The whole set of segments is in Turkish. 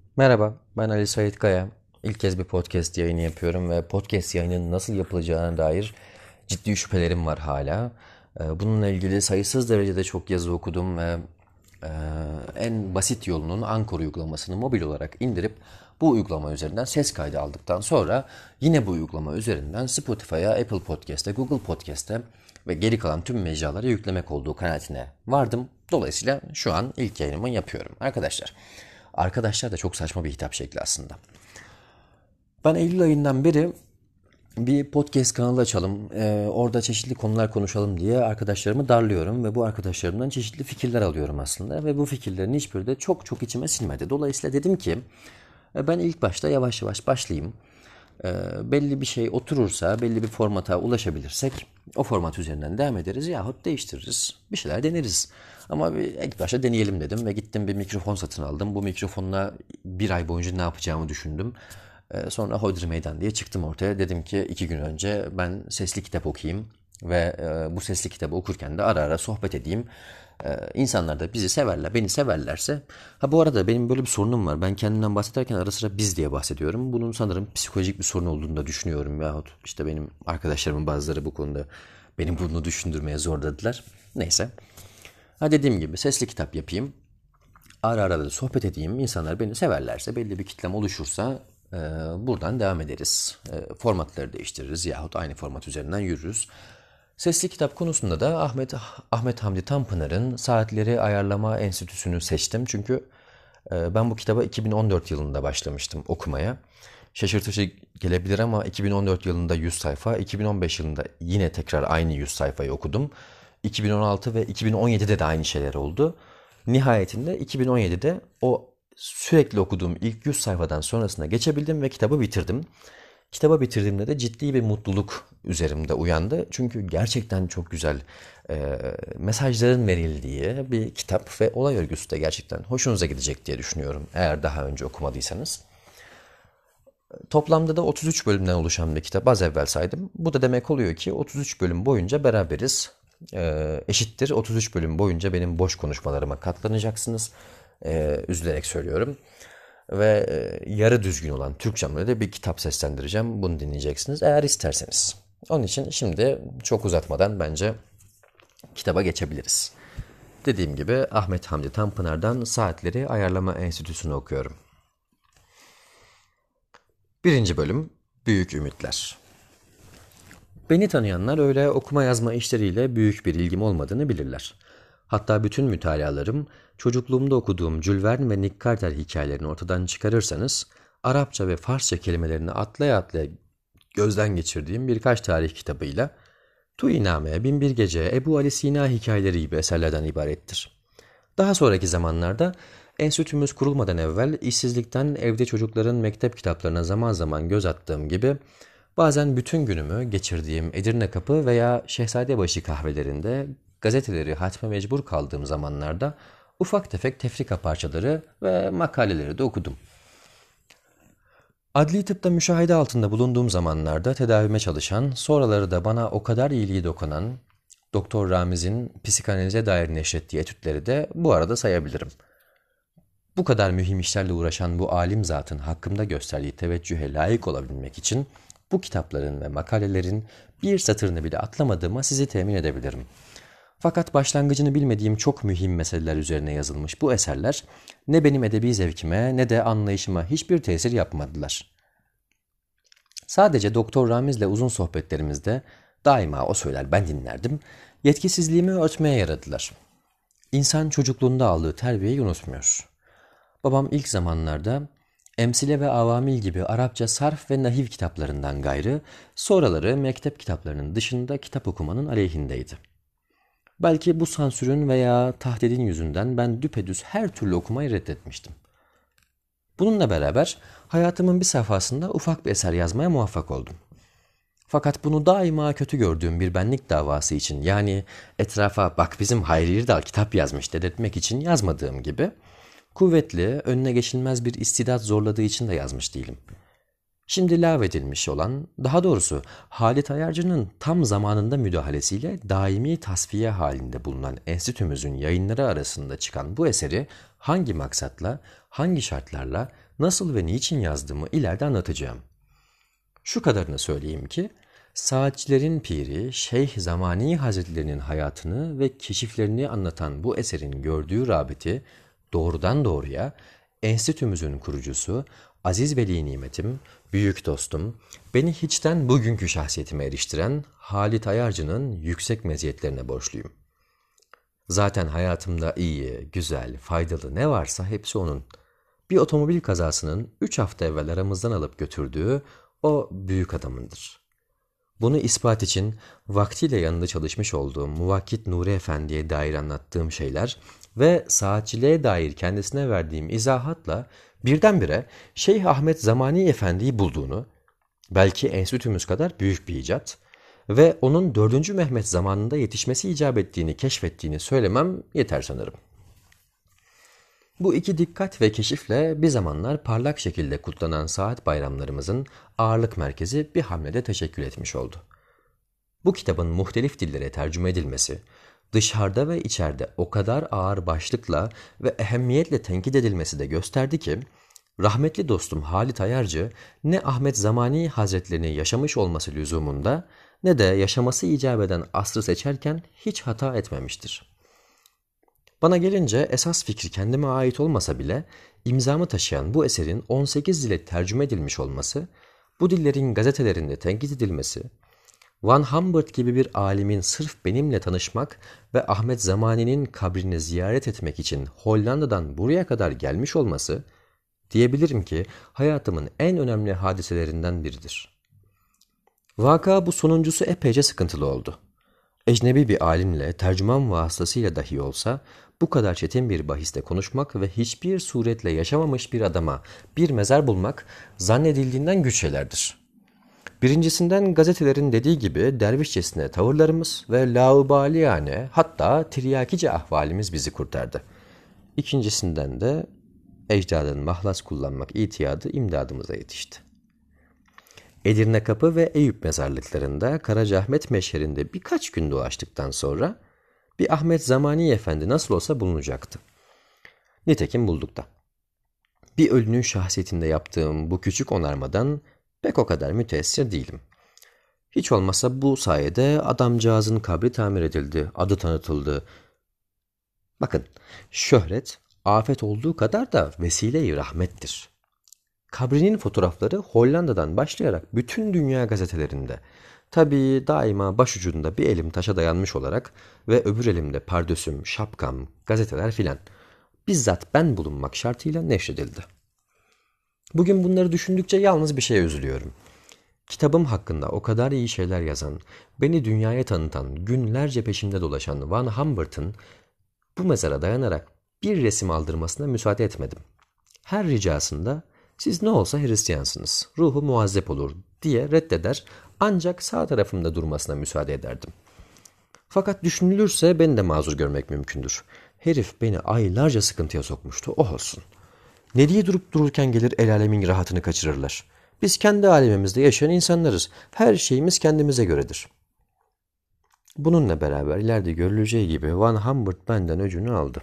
Merhaba, ben Ali Sait Kaya. İlk kez bir podcast yayını yapıyorum ve podcast yayının nasıl yapılacağına dair ciddi şüphelerim var hala. Bununla ilgili sayısız derecede çok yazı okudum ve e, en basit yolunun Anchor uygulamasını mobil olarak indirip bu uygulama üzerinden ses kaydı aldıktan sonra yine bu uygulama üzerinden Spotify'a, Apple Podcast'e, Google Podcast'e ve geri kalan tüm mecralara yüklemek olduğu kanaatine vardım. Dolayısıyla şu an ilk yayınımı yapıyorum arkadaşlar. Arkadaşlar da çok saçma bir hitap şekli aslında. Ben Eylül ayından beri bir podcast kanalı açalım, orada çeşitli konular konuşalım diye arkadaşlarımı darlıyorum ve bu arkadaşlarımdan çeşitli fikirler alıyorum aslında ve bu fikirlerin hiçbiri de çok çok içime sinmedi. Dolayısıyla dedim ki ben ilk başta yavaş yavaş başlayayım. Belli bir şey oturursa, belli bir formata ulaşabilirsek o format üzerinden devam ederiz yahut değiştiririz. Bir şeyler deneriz. Ama ilk başta deneyelim dedim ve gittim bir mikrofon satın aldım. Bu mikrofonla bir ay boyunca ne yapacağımı düşündüm. Sonra hodri meydan diye çıktım ortaya. Dedim ki 2 gün önce ben sesli kitap okuyayım ve bu sesli kitabı okurken de ara ara sohbet edeyim. İnsanlar da bizi severler, beni severlerse. Ha bu arada benim böyle bir sorunum var. Ben kendimden bahsederken ara sıra biz diye bahsediyorum. Bunun sanırım psikolojik bir sorun olduğunu da düşünüyorum. Yahut işte benim arkadaşlarımın bazıları bu konuda benim bunu düşündürmeye zorladılar. Neyse. Ha dediğim gibi sesli kitap yapayım. Ara ara da sohbet edeyim. İnsanlar beni severlerse, belli bir kitlem oluşursa buradan devam ederiz. Formatları değiştiririz yahut aynı format üzerinden yürürüz. Sesli kitap konusunda da Ahmet Hamdi Tanpınar'ın Saatleri Ayarlama Enstitüsü'nü seçtim. Çünkü ben bu kitaba 2014 yılında başlamıştım okumaya. Şaşırtıcı gelebilir ama 2014 yılında 100 sayfa, 2015 yılında yine tekrar aynı 100 sayfayı okudum. 2016 ve 2017'de de aynı şeyler oldu. Nihayetinde 2017'de o sürekli okuduğum ilk 100 sayfadan sonrasına geçebildim ve kitabı bitirdim. Kitabı bitirdiğimde de ciddi bir mutluluk üzerimde uyandı. Çünkü gerçekten çok güzel mesajların verildiği bir kitap ve olay örgüsü de gerçekten hoşunuza gidecek diye düşünüyorum. Eğer daha önce okumadıysanız. Toplamda da 33 bölümden oluşan bir kitap az evvel saydım. Bu da demek oluyor ki 33 bölüm boyunca beraberiz. Eşittir 33 bölüm boyunca benim boş konuşmalarıma katlanacaksınız. Üzülerek söylüyorum. Ve yarı düzgün olan Türkçemle de bir kitap seslendireceğim. Bunu dinleyeceksiniz eğer isterseniz. Onun için şimdi çok uzatmadan bence kitaba geçebiliriz. Dediğim gibi Ahmet Hamdi Tanpınar'dan Saatleri Ayarlama Enstitüsü'nü okuyorum. Birinci bölüm Büyük Ümitler. Beni tanıyanlar öyle okuma yazma işleriyle büyük bir ilgim olmadığını bilirler. Hatta bütün mütalalarım, çocukluğumda okuduğum Jules Verne ve Nick Carter hikayelerini ortadan çıkarırsanız, Arapça ve Farsça kelimelerini atlaya atlaya gözden geçirdiğim birkaç tarih kitabıyla, Tuğiname, Binbir Gece, Ebu Ali Sina hikayeleri gibi eserlerden ibarettir. Daha sonraki zamanlarda enstitümüz kurulmadan evvel işsizlikten evde çocukların mektep kitaplarına zaman zaman göz attığım gibi bazen bütün günümü geçirdiğim Edirne Kapı veya Şehzadebaşı kahvelerinde gazeteleri hatme mecbur kaldığım zamanlarda ufak tefek tefrika parçaları ve makaleleri de okudum. Adli tıpta müşahede altında bulunduğum zamanlarda tedavime çalışan, sonraları da bana o kadar iyiliği dokunan Doktor Ramiz'in psikanalize dair neşrettiği etütleri de bu arada sayabilirim. Bu kadar mühim işlerle uğraşan bu alim zatın hakkımda gösterdiği teveccühe layık olabilmek için bu kitapların ve makalelerin bir satırını bile atlamadığıma sizi temin edebilirim. Fakat başlangıcını bilmediğim çok mühim meseleler üzerine yazılmış bu eserler ne benim edebi zevkime ne de anlayışıma hiçbir tesir yapmadılar. Sadece Doktor Ramiz'le uzun sohbetlerimizde daima o söyler ben dinlerdim, yetkisizliğimi örtmeye yaradılar. İnsan çocukluğunda aldığı terbiyeyi unutmuyor. Babam ilk zamanlarda Emsile ve Avamil gibi Arapça sarf ve nahiv kitaplarından gayrı, sonraları mektep kitaplarının dışında kitap okumanın aleyhindeydi. Belki bu sansürün veya tahdidin yüzünden ben düpedüz her türlü okumayı reddetmiştim. Bununla beraber hayatımın bir safhasında ufak bir eser yazmaya muvaffak oldum. Fakat bunu daima kötü gördüğüm bir benlik davası için, yani etrafa bak bizim Hayri Yırdal kitap yazmış dedirtmek için yazmadığım gibi, kuvvetli, önüne geçilmez bir istidat zorladığı için de yazmış değilim. Şimdi lağvedilmiş olan, daha doğrusu Halit Ayarcı'nın tam zamanında müdahalesiyle daimi tasfiye halinde bulunan enstitümüzün yayınları arasında çıkan bu eseri hangi maksatla, hangi şartlarla, nasıl ve niçin yazdığımı ileride anlatacağım. Şu kadarını söyleyeyim ki, Saatçilerin piri Şeyh Zamani Hazretlerinin hayatını ve keşiflerini anlatan bu eserin gördüğü rağbeti doğrudan doğruya enstitümüzün kurucusu, aziz veli nimetim, büyük dostum, beni hiçten bugünkü şahsiyetime eriştiren Halit Ayarcı'nın yüksek meziyetlerine borçluyum. Zaten hayatımda iyi, güzel, faydalı ne varsa hepsi onun. Bir otomobil kazasının 3 hafta evvel aramızdan alıp götürdüğü o büyük adamındır. Bunu ispat için vaktiyle yanında çalışmış olduğum Muvakkit Nuri Efendi'ye dair anlattığım şeyler ve saatçiliğe dair kendisine verdiğim izahatla birdenbire Şeyh Ahmet Zamani Efendi'yi bulduğunu, belki enstitümüz kadar büyük bir icat ve onun 4. Mehmet zamanında yetişmesi icap ettiğini keşfettiğini söylemem yeter sanırım. Bu iki dikkat ve keşifle bir zamanlar parlak şekilde kutlanan saat bayramlarımızın ağırlık merkezi bir hamlede teşekkül etmiş oldu. Bu kitabın muhtelif dillere tercüme edilmesi, dışarıda ve içeride o kadar ağır başlıkla ve ehemmiyetle tenkit edilmesi de gösterdi ki, rahmetli dostum Halit Ayarcı ne Ahmet Zamani Hazretlerini yaşamış olması lüzumunda ne de yaşaması icap eden asrı seçerken hiç hata etmemiştir. Bana gelince esas fikri kendime ait olmasa bile imzamı taşıyan bu eserin 18 dile tercüme edilmiş olması, bu dillerin gazetelerinde tenkit edilmesi, Van Humbert gibi bir alimin sırf benimle tanışmak ve Ahmet Zamani'nin kabrini ziyaret etmek için Hollanda'dan buraya kadar gelmiş olması, diyebilirim ki hayatımın en önemli hadiselerinden biridir. Vaka bu sonuncusu epeyce sıkıntılı oldu. Ecnebi bir alimle, tercüman vasıtasıyla dahi olsa, bu kadar çetin bir bahiste konuşmak ve hiçbir suretle yaşamamış bir adama bir mezar bulmak zannedildiğinden güç şeylerdir. Birincisinden gazetelerin dediği gibi dervişçesine tavırlarımız ve laubaliyane hatta tiryakice ahvalimiz bizi kurtardı. İkincisinden de ecdadın mahlas kullanmak itiyadı imdadımıza yetişti. Edirne Kapı ve Eyüp mezarlıklarında Karacaahmet meşherinde birkaç gün dolaştıktan sonra bir Ahmet Zamani Efendi nasıl olsa bulunacaktı. Nitekim bulduk da. Bir ölünün şahsiyetinde yaptığım bu küçük onarmadan pek o kadar müteessir değilim. Hiç olmazsa bu sayede adamcağızın kabri tamir edildi, adı tanıtıldı. Bakın, şöhret, afet olduğu kadar da vesile-i rahmettir. Kabrinin fotoğrafları Hollanda'dan başlayarak bütün dünya gazetelerinde, tabii daima başucunda bir elim taşa dayanmış olarak ve öbür elimde pardösüm, şapkam, gazeteler filan, bizzat ben bulunmak şartıyla neşredildi. Bugün bunları düşündükçe yalnız bir şeye üzülüyorum. Kitabım hakkında o kadar iyi şeyler yazan, beni dünyaya tanıtan, günlerce peşimde dolaşan Van Humbert'ın bu mezara dayanarak bir resim aldırmasına müsaade etmedim. Her ricasında siz ne olsa Hristiyansınız, ruhu muazzep olur diye reddeder ancak sağ tarafımda durmasına müsaade ederdim. Fakat düşünülürse beni de mazur görmek mümkündür. Herif beni aylarca sıkıntıya sokmuştu, o olsun. Ne diye durup dururken gelir el alemin rahatını kaçırırlar. Biz kendi alemimizde yaşayan insanlarız. Her şeyimiz kendimize göredir. Bununla beraber ileride görüleceği gibi Van Humbert benden öcünü aldı.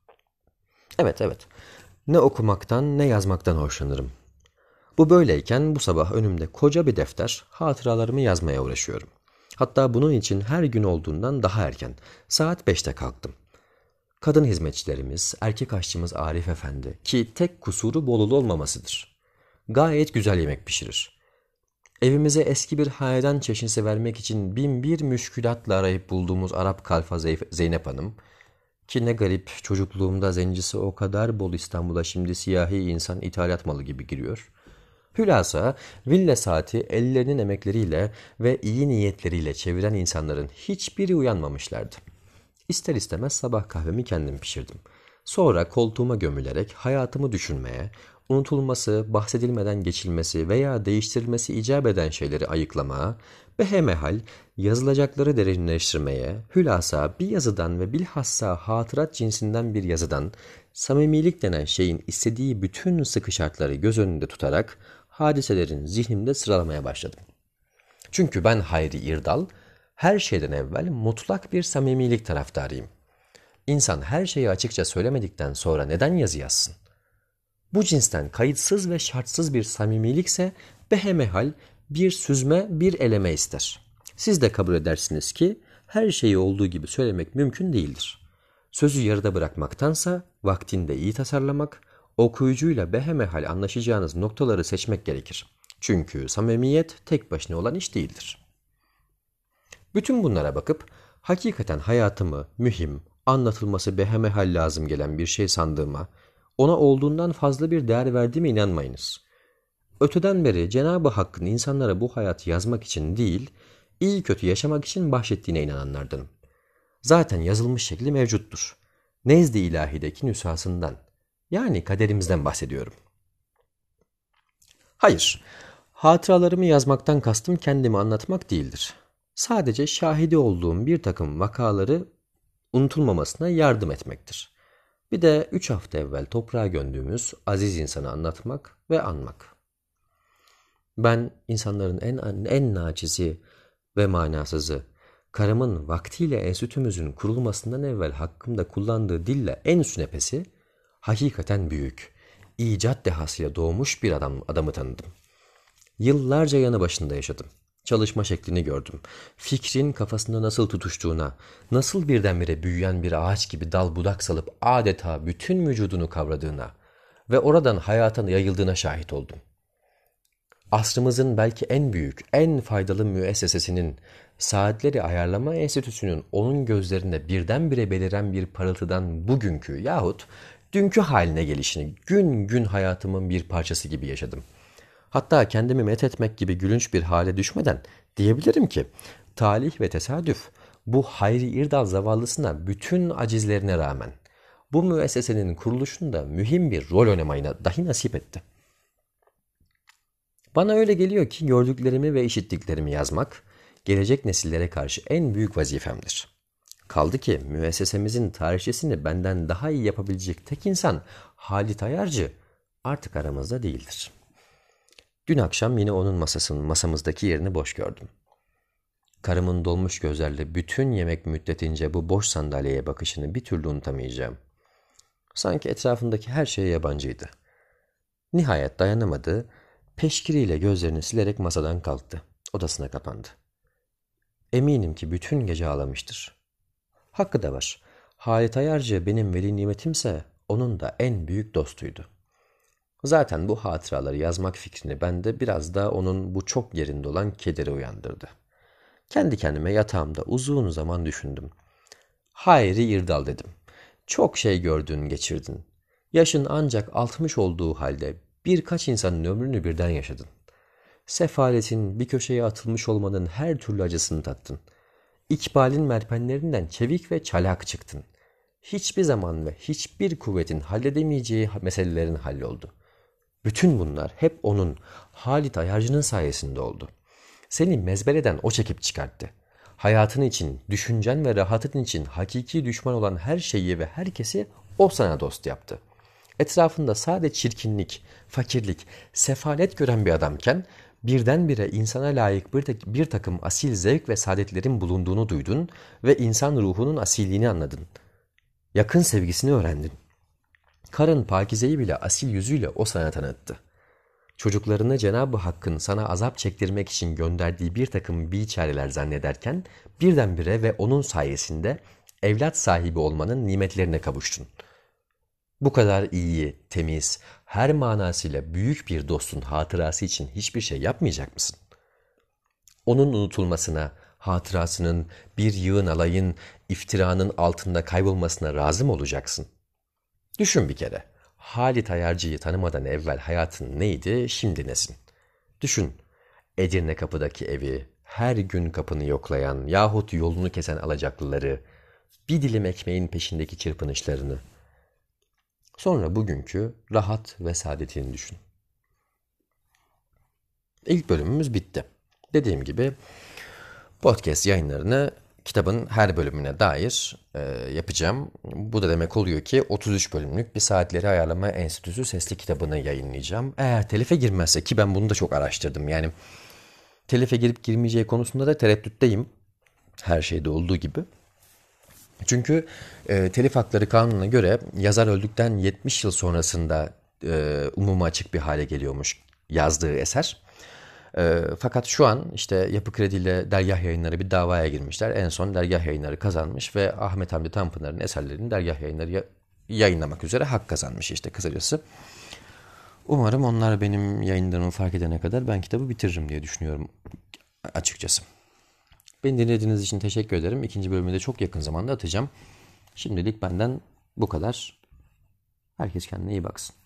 Evet. Ne okumaktan ne yazmaktan hoşlanırım. Bu böyleyken bu sabah önümde koca bir defter, hatıralarımı yazmaya uğraşıyorum. Hatta bunun için her gün olduğundan daha erken, saat 5'te kalktım. Kadın hizmetçilerimiz, erkek aşçımız Arif Efendi ki tek kusuru Bolulu olmamasıdır. Gayet güzel yemek pişirir. Evimize eski bir hanedan çeşnisi vermek için bin bir müşkülatla arayıp bulduğumuz Arap kalfa Zeynep Hanım, ki ne garip çocukluğumda zencisi o kadar bol İstanbul'a şimdi siyahi insan ithalat malı gibi giriyor. Hülasa villa saati ellerinin emekleriyle ve iyi niyetleriyle çeviren insanların hiçbiri uyanmamışlardı. İster istemez sabah kahvemi kendim pişirdim. Sonra koltuğuma gömülerek hayatımı düşünmeye, unutulması, bahsedilmeden geçilmesi veya değiştirilmesi icap eden şeyleri ayıklamaya, behemehal yazılacakları derinleştirmeye, hülasa bir yazıdan ve bilhassa hatırat cinsinden bir yazıdan samimilik denen şeyin istediği bütün sıkı şartları göz önünde tutarak hadiselerin zihnimde sıralamaya başladım. Çünkü ben Hayri İrdal, her şeyden evvel mutlak bir samimilik taraftarıyım. İnsan her şeyi açıkça söylemedikten sonra neden yazı yazsın? Bu cinsten kayıtsız ve şartsız bir samimilikse behemehal bir süzme bir eleme ister. Siz de kabul edersiniz ki her şeyi olduğu gibi söylemek mümkün değildir. Sözü yarıda bırakmaktansa vaktinde iyi tasarlamak, okuyucuyla behemehal anlaşacağınız noktaları seçmek gerekir. Çünkü samimiyet tek başına olan iş değildir. Bütün bunlara bakıp hakikaten hayatımı mühim, anlatılması behemehal lazım gelen bir şey sandığıma, ona olduğundan fazla bir değer verdiğime inanmayınız. Öteden beri Cenab-ı Hakk'ın insanlara bu hayatı yazmak için değil, iyi kötü yaşamak için bahşettiğine inananlardanım. Zaten yazılmış şekli mevcuttur. Nezd-i ilahideki nüshasından, yani kaderimizden bahsediyorum. Hayır, hatıralarımı yazmaktan kastım kendimi anlatmak değildir. Sadece şahidi olduğum bir takım vakaları unutulmamasına yardım etmektir. Bir de 3 hafta evvel toprağa gömdüğümüz aziz insanı anlatmak ve anmak. Ben insanların en nacizi ve manasızı, karımın vaktiyle enstitümüzün kurulmasından evvel hakkımda kullandığı dille en sünepesi, hakikaten büyük, icat dehasıyla doğmuş bir adamı tanıdım. Yıllarca yanı başında yaşadım. Çalışma şeklini gördüm. Fikrin kafasında nasıl tutuştuğuna, nasıl birdenbire büyüyen bir ağaç gibi dal budak salıp adeta bütün vücudunu kavradığına ve oradan hayata yayıldığına şahit oldum. Asrımızın belki en büyük, en faydalı müessesesinin, saatleri ayarlama enstitüsünün onun gözlerinde birdenbire beliren bir parıltıdan bugünkü yahut dünkü haline gelişini gün gün hayatımın bir parçası gibi yaşadım. Hatta kendimi methetmek gibi gülünç bir hale düşmeden diyebilirim ki talih ve tesadüf bu Hayri İrdal zavallısına bütün acizlerine rağmen bu müessesenin kuruluşunda mühim bir rol oynamayı dahi nasip etti. Bana öyle geliyor ki gördüklerimi ve işittiklerimi yazmak gelecek nesillere karşı en büyük vazifemdir. Kaldı ki müessesemizin tarihçesini benden daha iyi yapabilecek tek insan Halit Ayarcı artık aramızda değildir. Dün akşam yine onun masamızdaki yerini boş gördüm. Karımın dolmuş gözlerle bütün yemek müddetince bu boş sandalyeye bakışını bir türlü unutamayacağım. Sanki etrafındaki her şeye yabancıydı. Nihayet dayanamadı, peşkiriyle gözlerini silerek masadan kalktı. Odasına kapandı. Eminim ki bütün gece ağlamıştır. Hakkı da var. Halit Ayarcı benim veli nimetimse onun da en büyük dostuydu. Zaten bu hatıraları yazmak fikrini bende biraz da onun bu çok yerinde olan kederi uyandırdı. Kendi kendime yatağımda uzun zaman düşündüm. Hayri İrdal dedim. Çok şey gördün, geçirdin. Yaşın ancak 60 olduğu halde birkaç insanın ömrünü birden yaşadın. Sefaletin bir köşeye atılmış olmanın her türlü acısını tattın. İkbalin merpenlerinden çevik ve çalak çıktın. Hiçbir zaman ve hiçbir kuvvetin halledemeyeceği meselelerin halloldu. Bütün bunlar hep onun, Halit Ayarcı'nın sayesinde oldu. Seni mezbeleden o çekip çıkarttı. Hayatın için, düşüncen ve rahatın için hakiki düşman olan her şeyi ve herkesi o sana dost yaptı. Etrafında sadece çirkinlik, fakirlik, sefalet gören bir adamken birdenbire insana layık bir takım asil zevk ve saadetlerin bulunduğunu duydun ve insan ruhunun asilliğini anladın. Yakın sevgisini öğrendin. Karın Pakize'yi bile asil yüzüyle o sana tanıttı. Çocuklarını Cenab-ı Hakk'ın sana azap çektirmek için gönderdiği bir takım biçareler zannederken birdenbire ve onun sayesinde evlat sahibi olmanın nimetlerine kavuştun. Bu kadar iyi, temiz, her manasıyla büyük bir dostun hatırası için hiçbir şey yapmayacak mısın? Onun unutulmasına, hatırasının bir yığın alayın, iftiranın altında kaybolmasına razı mı olacaksın? Düşün bir kere. Halit Ayarcı'yı tanımadan evvel hayatın neydi, şimdi nesin? Düşün. Edirne Kapı'daki evi, her gün kapını yoklayan yahut yolunu kesen alacaklıları, bir dilim ekmeğin peşindeki çırpınışlarını. Sonra bugünkü rahat ve saadetini düşün. İlk bölümümüz bitti. Dediğim gibi podcast yayınlarını kitabın her bölümüne dair yapacağım. Bu da demek oluyor ki 33 bölümlük bir Saatleri Ayarlama Enstitüsü sesli kitabını yayınlayacağım. Eğer telife girmezse, ki ben bunu da çok araştırdım. Yani telife girip girmeyeceği konusunda da tereddütteyim. Her şeyde olduğu gibi. Çünkü telif hakları kanununa göre yazar öldükten 70 yıl sonrasında umuma açık bir hale geliyormuş yazdığı eser. Fakat şu an işte Yapı Kredi ile Dergah Yayınları bir davaya girmişler. En son Dergah Yayınları kazanmış ve Ahmet Hamdi Tanpınar'ın eserlerini Dergah Yayınları yayınlamak üzere hak kazanmış işte kısacası. Umarım onlar benim yayınlarımı fark edene kadar ben kitabı bitiririm diye düşünüyorum açıkçası. Beni dinlediğiniz için teşekkür ederim. İkinci bölümü de çok yakın zamanda atacağım. Şimdilik benden bu kadar. Herkes kendine iyi baksın.